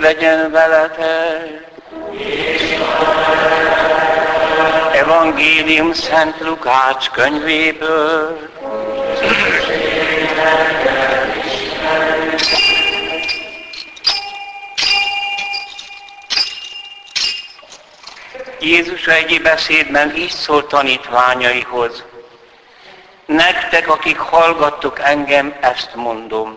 legyen veletek. Evangélium Szent Lukács könyvéből. Jézus egy beszédben így szólt tanítványaihoz: nektek, akik hallgattok engem, ezt mondom.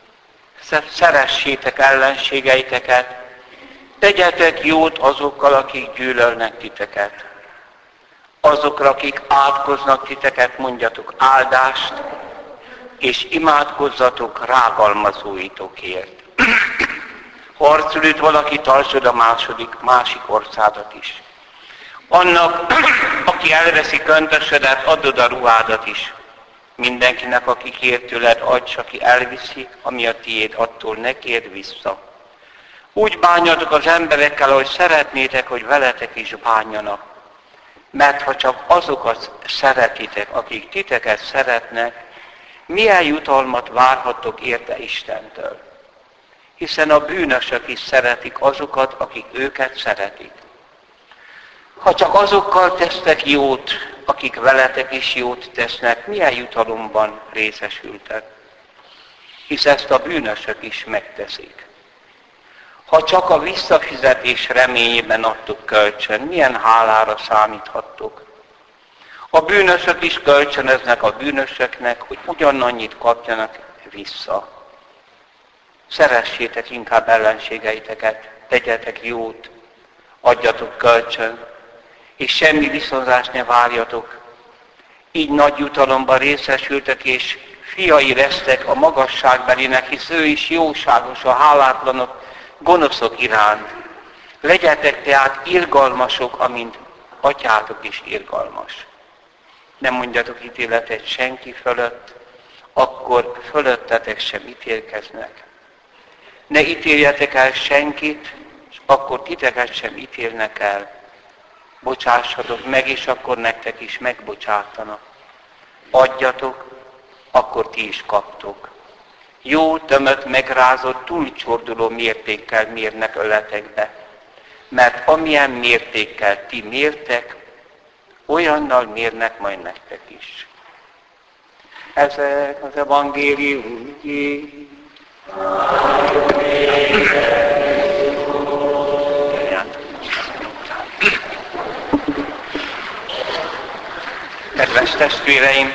Szeressétek ellenségeiteket, tegyetek jót azokkal, akik gyűlölnek titeket. Azokra, akik átkoznak titeket, mondjatok áldást, és imádkozzatok rágalmazóitokért. Harcul üt valaki, tartsd a másik országot is. Annak, aki elveszi köntösödet, add a ruhádat is. Mindenkinek, aki kér tőled, adj, aki elviszi, ami a tiéd, attól ne kérd vissza. Úgy bánjatok az emberekkel, ahogy szeretnétek, hogy veletek is bánjanak. Mert ha csak azokat szeretitek, akik titeket szeretnek, milyen jutalmat várhattok érte Istentől? Hiszen a bűnösök is szeretik azokat, akik őket szeretik. Ha csak azokkal tesztek jót, akik veletek is jót tesznek, milyen jutalomban részesültek? Hisz ezt a bűnösök is megteszik. Ha csak a visszafizetés reményében adtok kölcsön, milyen hálára számíthattok? A bűnösök is kölcsönöznek a bűnösöknek, hogy ugyanannyit kapjanak vissza. Szeressétek inkább ellenségeiteket, tegyetek jót, adjatok kölcsön, és semmi viszonzást ne várjatok. Így nagy jutalomban részesültek, és fiai lesztek a magasságbelinek, hisz ő is jóságos a hálátlanok, gonoszok iránt. Legyetek tehát irgalmasok, amint atyátok is irgalmas. Nem mondjatok ítéletet senki fölött, akkor fölöttetek sem ítélkeznek. Ne ítéljetek el senkit, és akkor titeket sem ítélnek el. Bocsássatok meg, és akkor nektek is megbocsátanak. Adjatok, akkor ti is kaptok. Jó, tömött, megrázott, túlcsorduló mértékkel mérnek öletekbe. Mert amilyen mértékkel ti mértek, olyannal mérnek majd nektek is. Ezek az evangélium ügyi. Kedves testvéreim,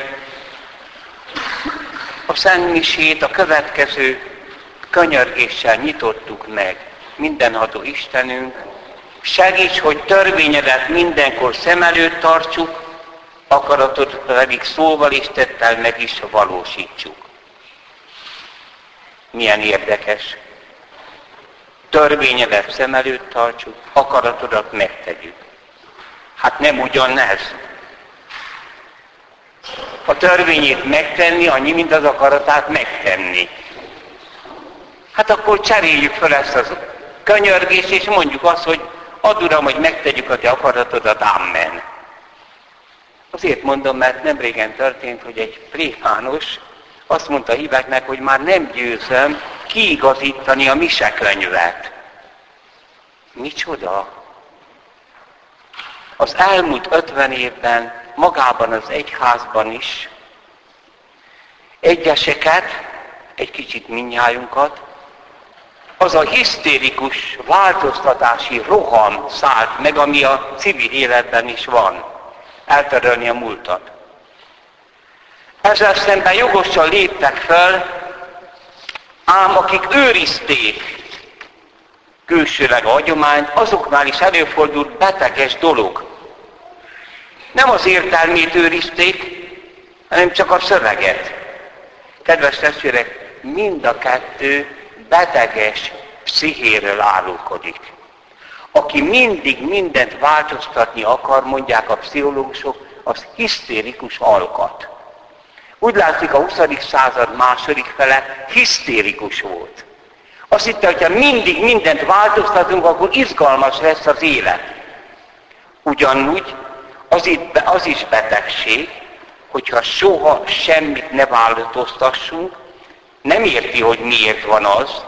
a Szent Misét a következő könyörgéssel nyitottuk meg. Mindenható Istenünk, segíts, hogy törvényedet mindenkor szem előtt tartsuk, akaratod pedig szóval és tettel meg is valósítsuk. Milyen érdekes. Törvényedet szem előtt tartsuk, akaratodat megtegyük. Hát nem ugyanez. A törvényét megtenni, annyi, mint az akaratát megtenni. Hát akkor cseréljük fel ezt a könyörgést, és mondjuk azt, hogy add Uram, hogy megtegyük a te akaratodat, amen. Azért mondom, mert nem régen történt, hogy egy plébános azt mondta a híveknek, hogy már nem győzöm kiigazítani a misekönyvet. Micsoda? Az elmúlt 50 évben magában az egyházban is egyeseket, egy kicsit mindnyájunkat, az a hisztérikus változtatási roham szállt meg, ami a civil életben is van. Eltörölni a múltat. Ezzel szemben jogosan léptek fel, ám akik őrizték külsőleg a hagyományt, azoknál is előfordult beteges dolog. Nem az értelmét őrizték, hanem csak a szöveget. Kedves testvérek, mind a kettő beteges pszichéről árulkodik. Aki mindig mindent változtatni akar, mondják a pszichológusok, az hisztérikus alkat. Úgy látszik, a 20. század második fele hisztérikus volt. Azt hitte, hogyha mindig mindent változtatunk, akkor izgalmas lesz az élet. Ugyanúgy az is betegség, hogyha soha semmit ne változtassunk, nem érti, hogy miért van az,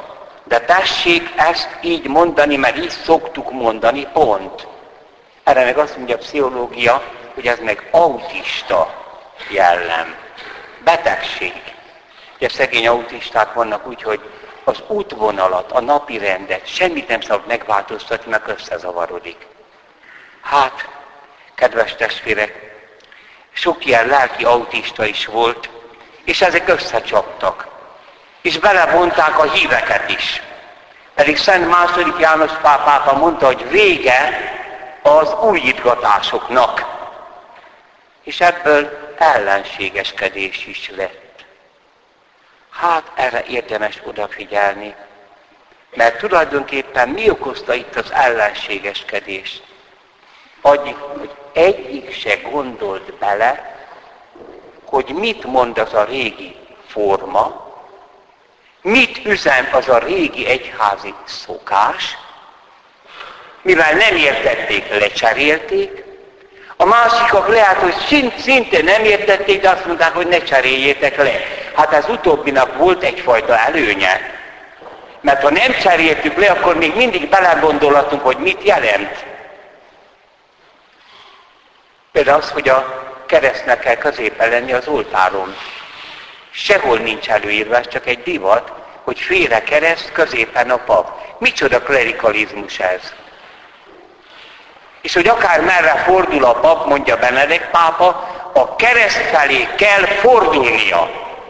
De tessék ezt így mondani, mert így szoktuk mondani, pont. Erre meg azt mondja a pszichológia, hogy ez meg autista jellem. Betegség. Ugye szegény autisták vannak úgy, hogy az útvonalat, a napi rendet, semmit nem szabad megváltoztatni, mert összezavarodik. Hát, kedves testvérek, sok ilyen lelki autista is volt, és ezek összecsaptak. És belevonták a híveket is. Pedig Szent II. János Pál pápa mondta, hogy vége az újítgatásoknak. És ebből ellenségeskedés is lett. Hát erre érdemes odafigyelni. Mert tulajdonképpen mi okozta itt az ellenségeskedést? Hogy egyik se gondolt bele, hogy mit mond az a régi forma, mit üzen az a régi egyházi szokás, mivel nem értették, lecserélték. A másikak lehet, hogy szinte nem értették, de azt mondták, hogy ne cseréljétek le. Hát ez utóbbinak volt egyfajta előnye. Mert ha nem cseréltük le, akkor még mindig belegondolhatunk, hogy mit jelent. Például az, hogy a keresztnek kell középen lenni az oltáron. Sehol nincs előírva, ez csak egy divat, hogy félre kereszt, középen a pap. Micsoda klerikalizmus ez? És hogy akár merre fordul a pap, mondja Benedek pápa, a kereszt felé kell fordulnia.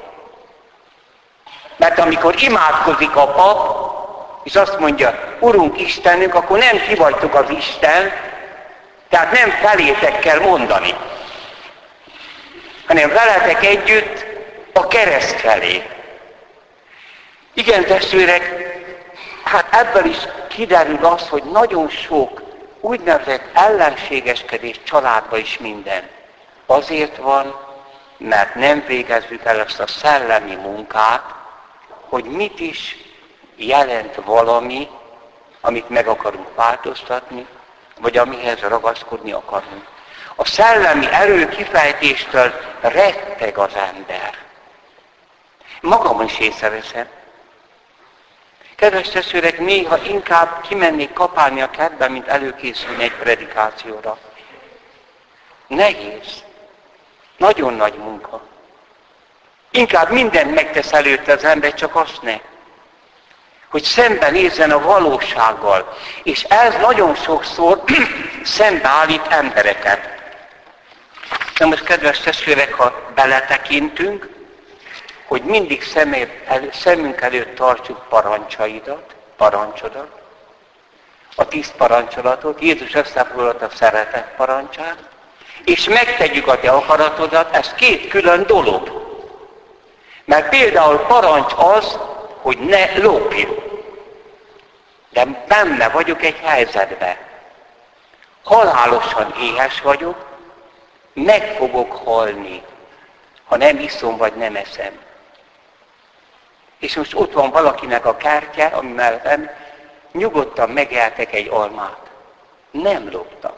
Mert amikor imádkozik a pap, és azt mondja, Urunk Istenünk, akkor nem ti vagytok az Isten, tehát nem felétek kell mondani, hanem veletek együtt a kereszt felé. Igen, testvérek, hát ebből is kiderül az, hogy nagyon sok úgynevezett ellenségeskedés családban is minden. Azért van, mert nem végezzük el ezt a szellemi munkát, hogy mit is jelent valami, amit meg akarunk változtatni, vagy amihez ragaszkodni akarunk. A szellemi erő kifejtéstől retteg az ember. Magam is észreveszem. Kedves testvérek, néha inkább kimennék kapálni a kertbe, mint előkészülni egy predikációra. Nehéz. Nagyon nagy munka. Inkább mindent megtesz előtte az ember, csak azt ne. Hogy szembenézzen a valósággal. És ez nagyon sokszor szembeállít embereket. Na most, kedves testvérek, ha beletekintünk, hogy mindig szemünk előtt tartsuk parancsodat, a 10 parancsolatot, Jézus összefoglalta a szeretet parancsát, és megtegyük a te akaratodat, ez 2 külön dolog. Mert például parancs az, hogy ne lopj. De benne vagyok egy helyzetben. Halálosan éhes vagyok, meg fogok halni, ha nem iszom vagy nem eszem. És most ott van valakinek a kártya, ami mellettem, nyugodtan megeltek egy almát. Nem loptam.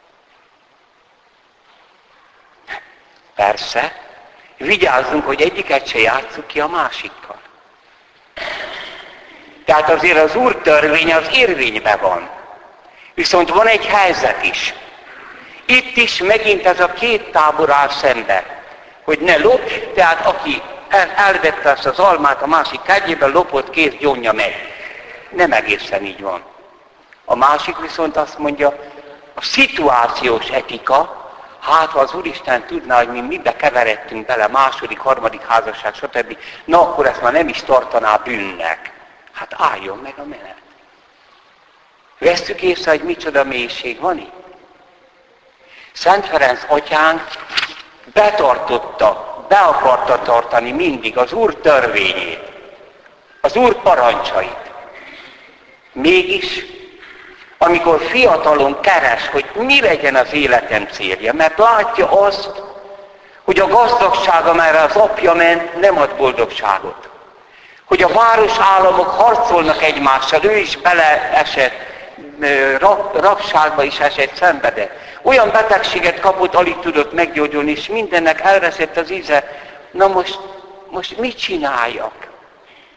Persze, vigyázzunk, hogy egyiket se játsszuk ki a másikkal. Tehát azért az Úr törvény az érvényben van. Viszont van egy helyzet is. Itt is megint ez a 2 tábor áll szembe. Hogy ne lopj, tehát aki elvette ezt az almát a másik kártyában, lopott, kész, gyónja meg. Nem egészen így van. A másik viszont azt mondja, a szituációs etika, hát ha az Úristen tudná, hogy mi mibe keveredtünk bele, második, harmadik házasság, stb. Na akkor ezt már nem is tartaná bűnnek. Hát álljon meg a menet. Vesztük észre, hogy micsoda mélység van itt? Szent Ferenc atyánk be akarta tartani mindig az Úr törvényét, az Úr parancsait. Mégis, amikor fiatalon keres, hogy mi legyen az életem célja, mert látja azt, hogy a gazdagság, amelyre az apja ment, nem ad boldogságot. Hogy a városállamok harcolnak egymással, ő is beleesett, rabságba is esett, szenvedett. Olyan betegséget kapott, alig tudott meggyógyulni, és mindennek elveszett az íze. Na most mit csináljak?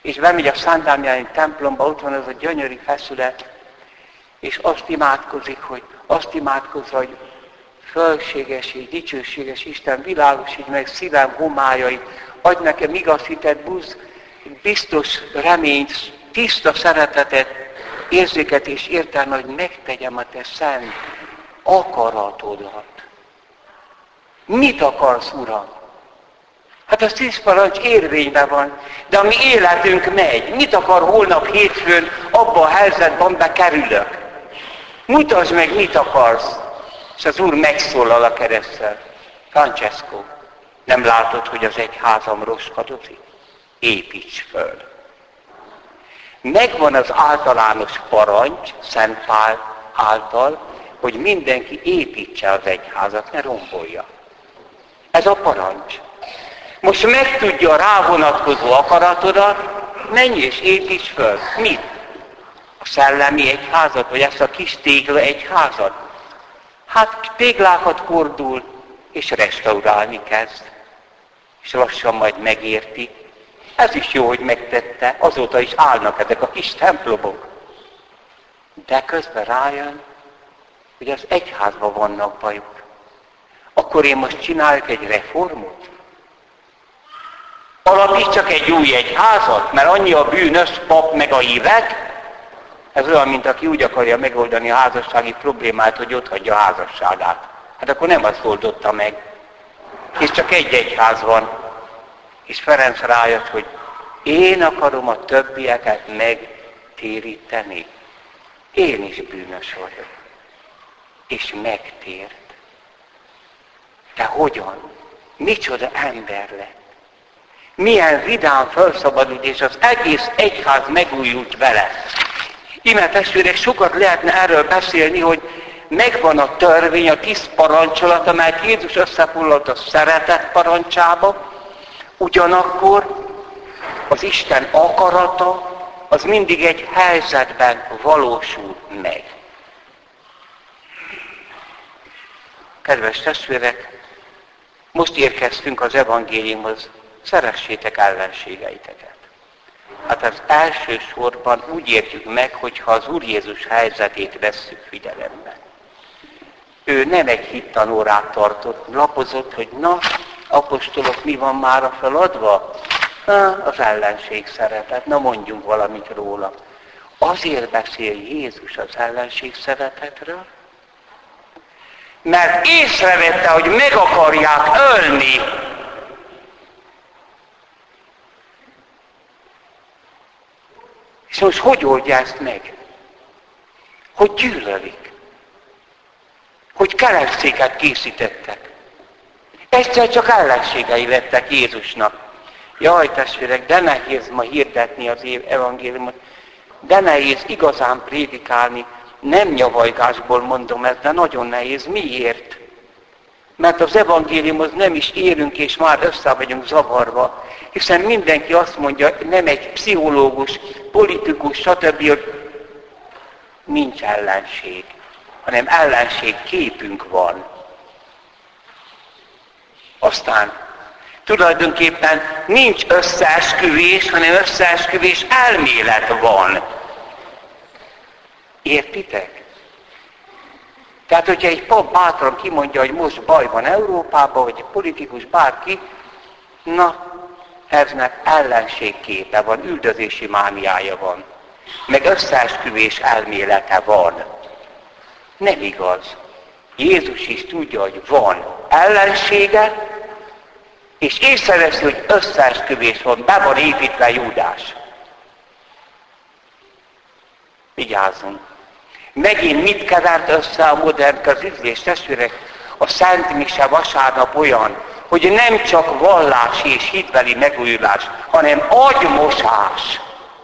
és bemegy a Szent Dámiáni templomba, ott van az a gyönyörű feszület, és azt imádkozza, hogy fölséges és dicsőséges Isten, világosíts meg szívem homályait, adj nekem igaz hitet, biztos reményt, tiszta szeretetet, érzéket és értelme, hogy megtegyem a te szent akaratodat. Mit akarsz, Uram? Hát a 10 parancs érvényben van, de a mi életünk megy. Mit akar holnap hétfőn, abba a helyzetben bekerülök? Mutasd meg, mit akarsz. És az Úr megszólal a kereszttel. Francesco, nem látod, hogy az egyházam roskadozik? Építs föl. Megvan az általános parancs, Szent Pál által, hogy mindenki építse az egyházat, ne rombolja. Ez a parancs. Most megtudja a rávonatkozó akaratodat, menj és építs föl. Mit? A szellemi egyházat, vagy ezt a kis tégla egyházat? Hát téglákat kordul, és restaurálni kezd. És lassan majd megérti. Ez is jó, hogy megtette, azóta is állnak ezek a kis templomok. De közben rájön, hogy az egyházban vannak bajok. Akkor én most csinálok egy reformot? Alapítsak egy új egyházat, mert annyi a bűnös pap meg a hívek? Ez olyan, mint aki úgy akarja megoldani a házassági problémát, hogy ott hagyja a házasságát. Hát akkor nem azt oldotta meg. És csak egy egyház van. És Ferenc rájött, hogy én akarom a többieket megtéríteni. Én is bűnös vagyok. És megtért. De hogyan? Micsoda ember lett? Milyen vidám felszabadult, és az egész egyház megújult vele. Íme testvérek, sokat lehetne erről beszélni, hogy megvan a törvény, a 10 parancsolat, amelyet Jézus összefoglalt a szeretet parancsába, ugyanakkor az Isten akarata az mindig egy helyzetben valósul meg. Kedves testvérek, most érkeztünk az evangéliumhoz, szeressétek ellenségeiteket. Hát az első sorban úgy értjük meg, hogyha az Úr Jézus helyzetét vesszük figyelembe. Ő nem egy hittanórát tartott, lapozott, hogy na, apostolok, mi van mára feladva? Az ellenség szeretet, na mondjunk valamit róla. Azért beszél Jézus az ellenség szeretetről, mert észrevette, hogy meg akarják ölni. És most hogy oldja ezt meg? Hogy gyűlölik. Hogy keresztszéket készítettek. Egyszer csak ellenségei lettek Jézusnak. Jaj, testvérek, de nehéz ma hirdetni az evangéliumot. De nehéz igazán prédikálni. Nem nyavajgásból mondom ezt, de nagyon nehéz. Miért? Mert az evangéliumhoz nem is érünk, és már össze vagyunk zavarva. Hiszen mindenki azt mondja, nem egy pszichológus, politikus, stb., hogy nincs ellenség, hanem ellenség képünk van. Aztán tulajdonképpen nincs összeesküvés, hanem összeesküvés elmélet van. Értitek? Tehát, hogyha egy pap bátran kimondja, hogy most baj van Európában, vagy egy politikus bárki, na, eznek ellenségképe van, üldözési mániája van, meg összeesküvés elmélete van. Nem igaz. Jézus is tudja, hogy van ellensége, és észreveszi, hogy összeesküvés van, be van építve Júdás. Vigyázzunk! Megint mit kevert össze a modern közüzlés, testvérek? A Szent Mise vasárnap olyan, hogy nem csak vallási és hitbeli megújulás, hanem agymosás.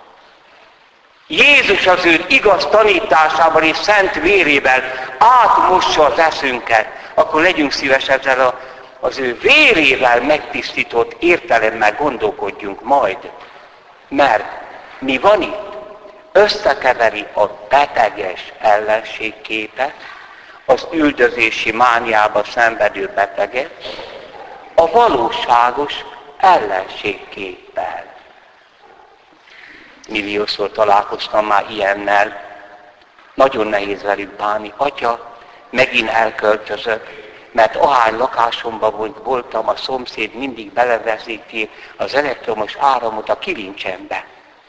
Jézus az ő igaz tanításával és szent vérével átmossa az eszünket, akkor legyünk szíves ezzel az ő vérével megtisztított értelemmel gondolkodjunk majd. Mert mi van itt? Összekeveri a beteges ellenségképet, az üldözési mániába szenvedő beteget, a valóságos ellenségképpel. Milliószor találkoztam már ilyennel. Nagyon nehéz velük bánni. Atya, megint elköltözök, mert ahány lakásomban voltam, a szomszéd mindig belevezíti az elektromos áramot a kilincsembe.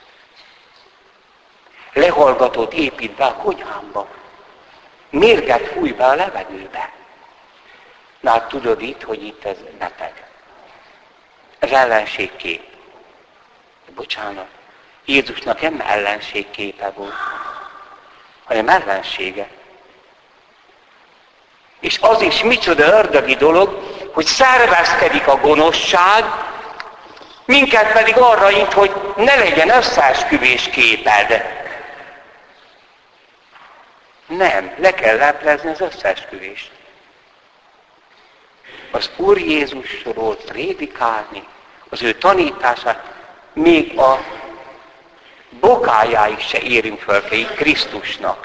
Lehallgatót épít be a konyhámba. Mérget fúj be a levegőbe. Na hát tudod itt, hogy itt ez beteg. Ez ellenségkép. Bocsánat. Jézusnak nem ellenségképe volt, hanem ellensége. És az is micsoda ördögi dolog, hogy szervezkedik a gonoszság, minket pedig arra int, hogy ne legyen összeesküvés képed. Nem, le kell leplezni az összeesküvést. Az Úr Jézusról prédikálni, az ő tanítását, még a bokájáig se érünk föl Krisztusnak.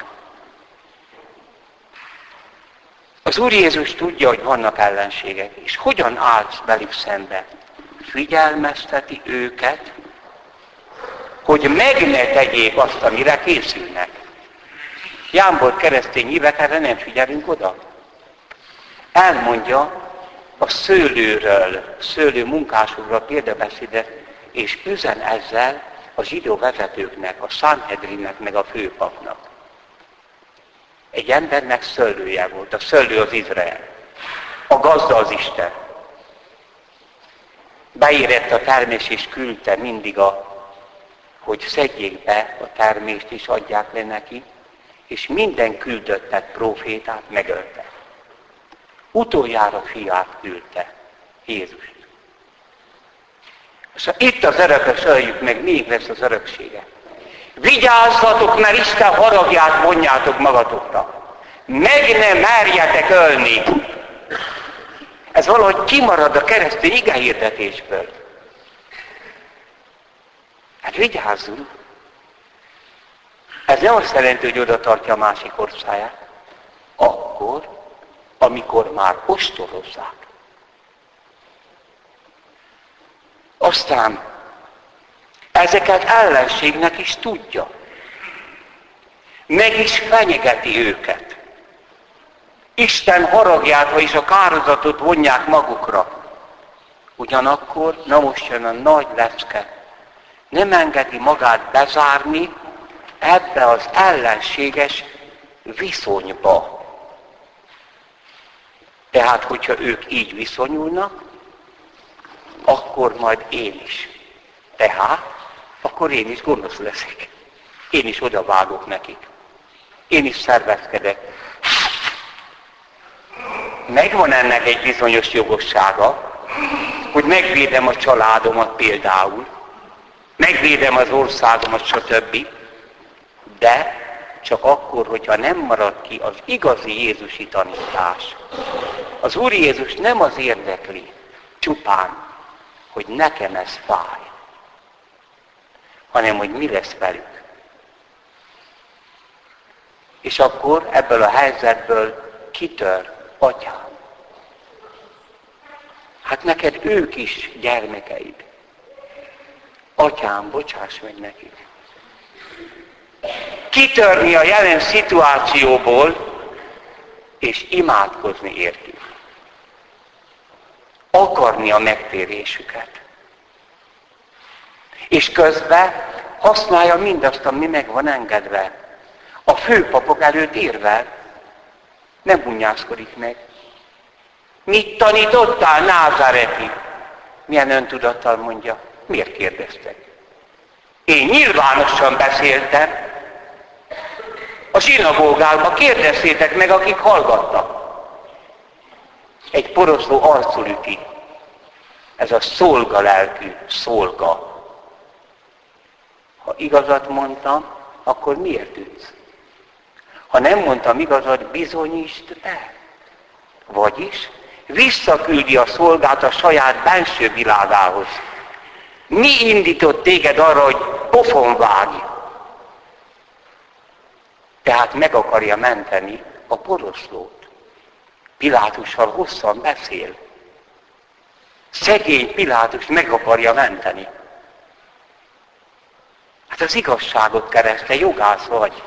Az Úr Jézus tudja, hogy vannak ellenségek, és hogyan állsz velük szembe? Figyelmezteti őket, hogy meg ne tegyék azt, amire készülnek. Jámbor keresztény hívek, erre nem figyelünk oda. Elmondja a szőlő munkásokra példabeszédet, és üzen ezzel a zsidó vezetőknek, a Sanhedrinnek, meg a főpapnak. Egy embernek szőlője volt, a szőlő az Izrael. A gazda az Isten. Beérett a termés, és küldte mindig, hogy szedjék be a termést, és adják le neki, és minden küldöttet, profétát megölte. Utoljára fiát küldte, Jézust. És itt az örökös öljük meg, még lesz az öröksége. Vigyázzatok, mert Isten haragját vonjátok magatokra. Meg ne merjetek ölni. Ez valahogy kimarad a keresztény igehirdetésből. Hát vigyázzunk. Ez nem azt jelenti, hogy oda tartja a másik orszáját. Akkor, amikor már ostorozzák. Aztán ezeket ellenségnek is tudja. Meg is fenyegeti őket. Isten haragját, és a kározatot vonják magukra. Ugyanakkor, na most jön a nagy lecke, nem engedi magát bezárni ebbe az ellenséges viszonyba. Tehát, hogyha ők így viszonyulnak, akkor majd én is. Tehát, akkor én is gonosz leszek. Én is odavágok nekik. Én is szervezkedek. Megvan ennek egy bizonyos jogossága, hogy megvédem a családomat például, megvédem az országomat, stb. De csak akkor, hogyha nem marad ki az igazi jézusi tanítás. Az Úr Jézus nem az érdekli csupán, hogy nekem ez fáj, hanem hogy mi lesz velük. És akkor ebből a helyzetből kitör: Atyám, hát neked ők is gyermekeid. Atyám, bocsáss meg nekik. Kitörni a jelen szituációból, és imádkozni értük. Akarni a megtérésüket. És közben használja mindazt, ami meg van engedve. A főpapok előtt érvel, nem bunyászkodik meg. Mit tanítottál, názáreti? Milyen öntudattal mondja? Miért kérdeztek? Én nyilvánosan beszéltem. A zsinagógákban kérdezzétek meg, akik hallgattak. Egy poroszló arcul üti. Ez a szolga lelkű szolga. Ha igazat mondtam, akkor miért ütsz? Ha nem mondtam igazat, bizonyítsd be. Vagyis visszaküldi a szolgát a saját benső világához. Mi indított téged arra, hogy pofon vágj? Tehát meg akarja menteni a poroszlót. Pilátussal hosszan beszél. Szegény Pilátus meg akarja menteni. Hát az igazságot kereste, jogász vagy.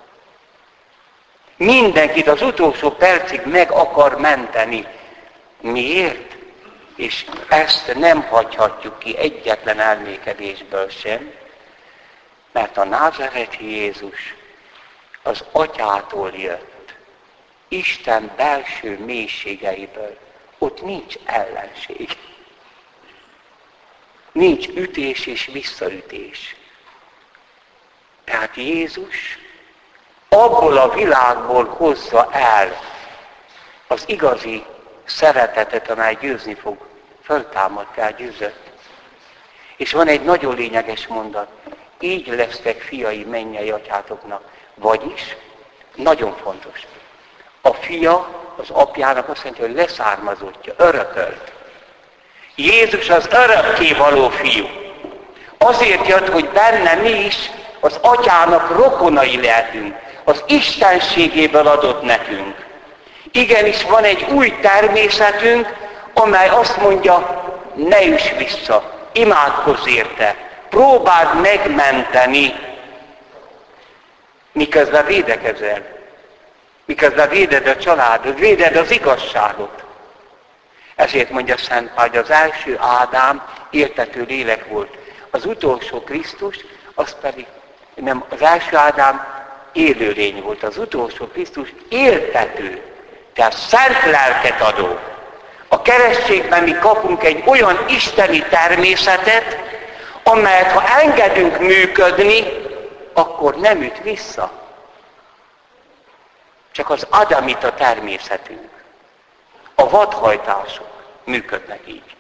Mindenkit az utolsó percig meg akar menteni. Miért? És ezt nem hagyhatjuk ki egyetlen elmékedésből sem, mert a názáreti Jézus az Atyától jött, Isten belső mélységeiből. Ott nincs ellenség. Nincs ütés és visszaütés. Tehát Jézus abból a világból hozza el az igazi szeretetet, amely győzni fog, föltámadtál, győzött. És van egy nagyon lényeges mondat. Így lesztek fiai mennyei atyátoknak. Vagyis, nagyon fontos. A fia az apjának azt mondja, hogy leszármazottja, örökölt. Jézus az örökkévaló fiú. Azért jött, hogy benne mi is az atyának rokonai lehetünk. Az istenségéből adott nekünk. Igenis van egy új természetünk, amely azt mondja, ne üss vissza, imádkozz érte, próbáld megmenteni, miközben védekezel. Miközben véded a családot, véded az igazságot. Ezért mondja Szent Pál, hogy az első Ádám éltető lélek volt. Az utolsó Krisztus, az pedig, nem, az első Ádám élőlény volt. Az utolsó Krisztus éltető, tehát szent lelket adó. A keresztségben mi kapunk egy olyan isteni természetet, amelyet ha engedünk működni, akkor nem üt vissza. Csak az adamita természetünk. A vadhajtások működnek így.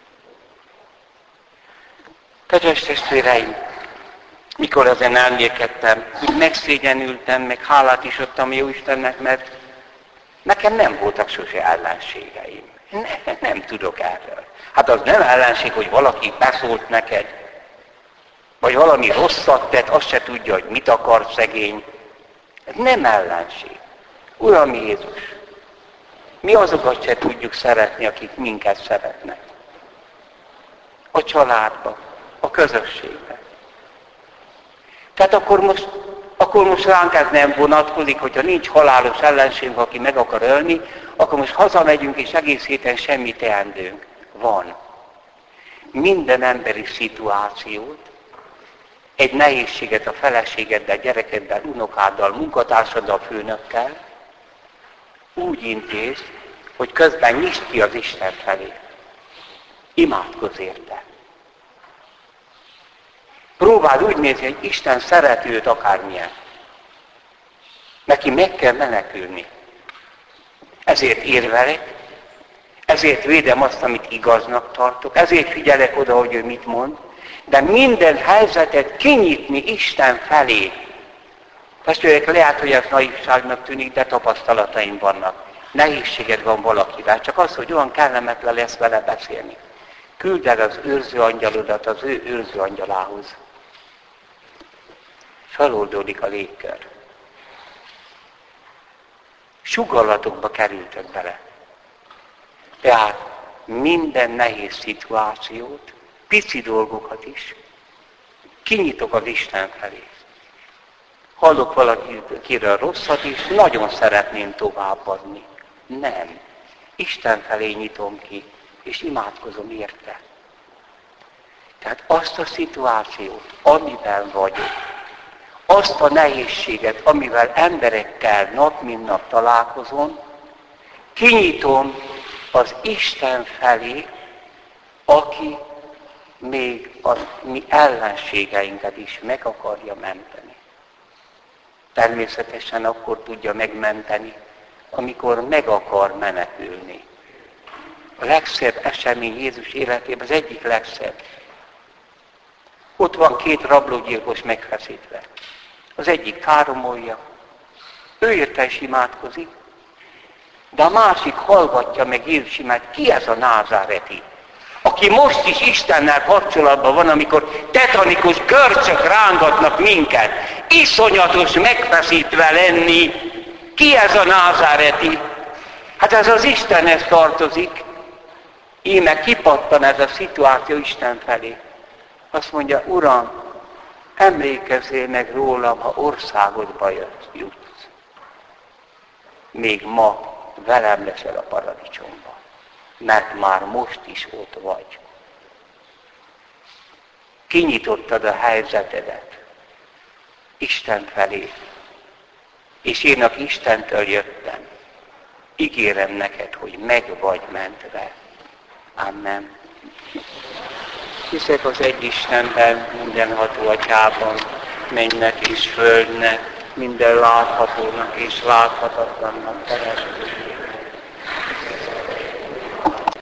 Kedves testvéreim, mikor ezen elmélkedtem, úgy megszégyenültem, meg hálát is adtam Jóistennek, mert nekem nem voltak sose ellenségeim. Nem tudok erről. Hát az nem ellenség, hogy valaki beszólt neked, vagy valami rosszat tett, azt se tudja, hogy mit akar szegény. Ez nem ellenség. Uram Jézus, mi azokat se tudjuk szeretni, akik minket szeretnek. A családba, a közösségbe. Tehát akkor most ránk ez nem vonatkozik, hogyha nincs halálos ellenségünk, aki meg akar ölni, akkor most hazamegyünk, és egész héten semmi teendőnk. Van. Minden emberi szituációt, egy nehézséget a feleségeddel, gyerekeddel, unokáddal, munkatársaddal, főnökkel, úgy intéz, hogy közben nyisd ki az Isten felé. Imádkozz érte. Próbáld úgy nézni, hogy Isten szereti őt akármilyen. Neki meg kell menekülni. Ezért érvelek, ezért védem azt, amit igaznak tartok, ezért figyelek oda, hogy ő mit mond, de minden helyzetet kinyitni Isten felé. Testvérek, lehet, hogy ez naivságnak tűnik, de tapasztalataim vannak. Nehézséged van valakivel, csak az, hogy olyan kellemetlen lesz vele beszélni. Küld el az őrző angyalodat az ő őrző angyalához. Feloldódik a légkör. Sugallatokba kerültek bele. Tehát minden nehéz szituációt, pici dolgokat is kinyitok az Isten felé. Hallok valakiről rosszat is, nagyon szeretném továbbadni. Nem. Isten felé nyitom ki, és imádkozom érte. Tehát azt a szituációt, amiben vagyok, azt a nehézséget, amivel emberekkel nap mint nap találkozom, kinyitom az Isten felé, aki még a mi ellenségeinket is meg akarja menteni. Természetesen akkor tudja megmenteni, amikor meg akar menekülni. A legszebb esemény Jézus életében, az egyik legszebb. Ott van két rablógyilkos megfeszítve. Az egyik káromolja, ő érte is imádkozik, de a másik hallgatja meg Jézus imát, ki ez a názáreti, aki most is Istennel kapcsolatban van, amikor tetanikus görcsök rángatnak minket, iszonyatos megfeszítve lenni, ki ez a názáreti? Hát ez az Istenhez tartozik, íme kipattan ez a szituáció Isten felé. Azt mondja, Uram, Emlékezzél meg rólam, ha országodba jutsz. Még ma velem leszel a paradicsomban, mert már most is ott vagy. Kinyitottad a helyzetedet Isten felé, és én, aki Istentől jöttem, ígérem neked, hogy meg vagy mentve. Amen. Hiszek az egy Istenben, mindenható Atyában, mennek és földnek, minden láthatónak és láthatatlannak teremtő